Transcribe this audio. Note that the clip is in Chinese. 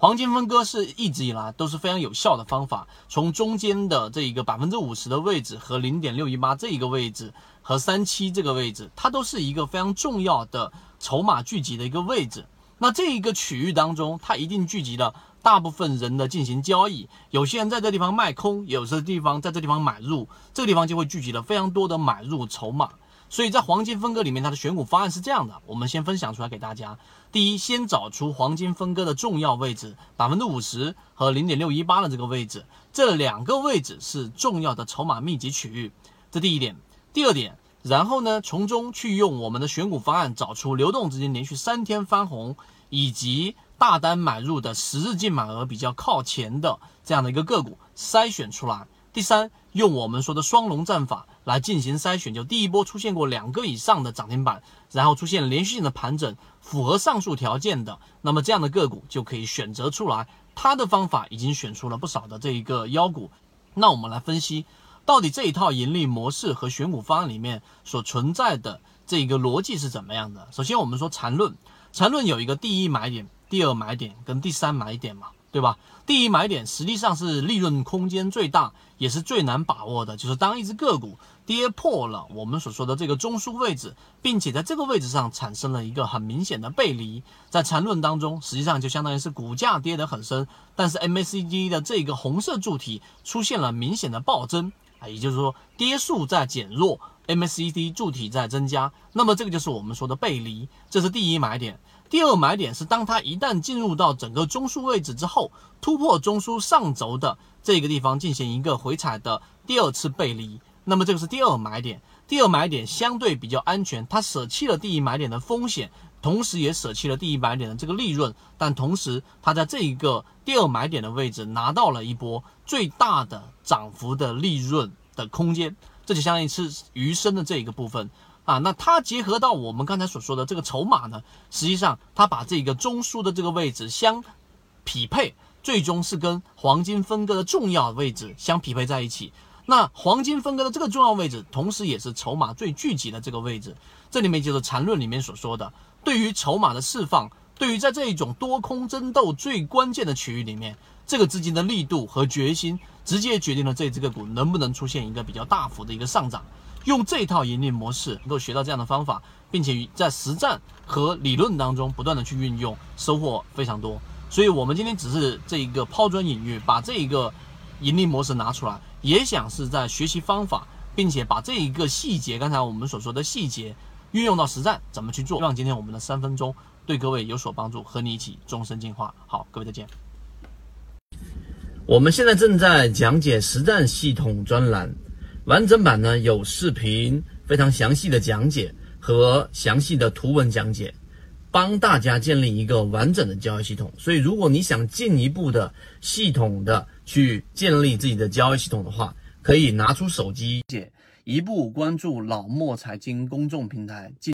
黄金分割是一直以来都是非常有效的方法，从中间的这一个 50% 的位置和 0.618 这一个位置和37这个位置，它都是一个非常重要的筹码聚集的一个位置。那这一个区域当中，它一定聚集了大部分人的进行交易，有些人在这地方卖空，有些地方在这地方买入，这个地方就会聚集了非常多的买入筹码。所以在黄金分割里面，它的选股方案是这样的，我们先分享出来给大家。第一，先找出黄金分割的重要位置 50% 和 0.618 的这个位置，这两个位置是重要的筹码密集区域，这第一点。第二点，然后呢，从中去用我们的选股方案找出流动资金连续3天翻红，以及大单买入的10日净买额比较靠前的这样的一个个股筛选出来。第三，用我们说的双龙战法来进行筛选，就第一波出现过2个以上的涨停板，然后出现连续性的盘整，符合上述条件的，那么这样的个股就可以选择出来。它的方法已经选出了不少的这一个妖股。那我们来分析到底这一套盈利模式和选股方案里面所存在的这一个逻辑是怎么样的。首先我们说缠论有一个第一买点、第二买点跟第三买点嘛，对吧？第一买点实际上是利润空间最大也是最难把握的，就是当一只个股跌破了我们所说的这个中枢位置，并且在这个位置上产生了一个很明显的背离，在缠论当中实际上就相当于是股价跌得很深，但是 MACD 的这个红色柱体出现了明显的暴增，也就是说跌数在减弱， MACD 柱体在增加，那么这个就是我们说的背离，这是第一买点。第二买点是当它一旦进入到整个中枢位置之后，突破中枢上轴的这个地方进行一个回踩的第二次背离，那么这个是第二买点。第二买点相对比较安全，它舍弃了第一买点的风险，同时也舍弃了第一买点的这个利润，但同时它在这一个第二买点的位置拿到了一波最大的涨幅的利润的空间，这就相当于是余生的这一个部分。那它结合到我们刚才所说的这个筹码呢，实际上它把这个中枢的这个位置相匹配，最终是跟黄金分割的重要位置相匹配在一起。那黄金分割的这个重要位置，同时也是筹码最聚集的这个位置。这里面就是缠论里面所说的，对于筹码的释放，对于在这一种多空争斗最关键的区域里面，这个资金的力度和决心，直接决定了这只个股能不能出现一个比较大幅的一个上涨。用这套盈利模式能够学到这样的方法，并且在实战和理论当中不断的去运用，收获非常多。所以我们今天只是这一个抛砖引玉，把这一个盈利模式拿出来，也想是在学习方法，并且把这一个细节，刚才我们所说的细节运用到实战，怎么去做，希望今天我们的3分钟对各位有所帮助，和你一起终身进化。好，各位再见。 我们现在正在讲解实战系统专栏，完整版呢有视频非常详细的讲解和详细的图文讲解，帮大家建立一个完整的交易系统。所以如果你想进一步的系统的去建立自己的交易系统的话，可以拿出手机一步关注老莫财经公众平台。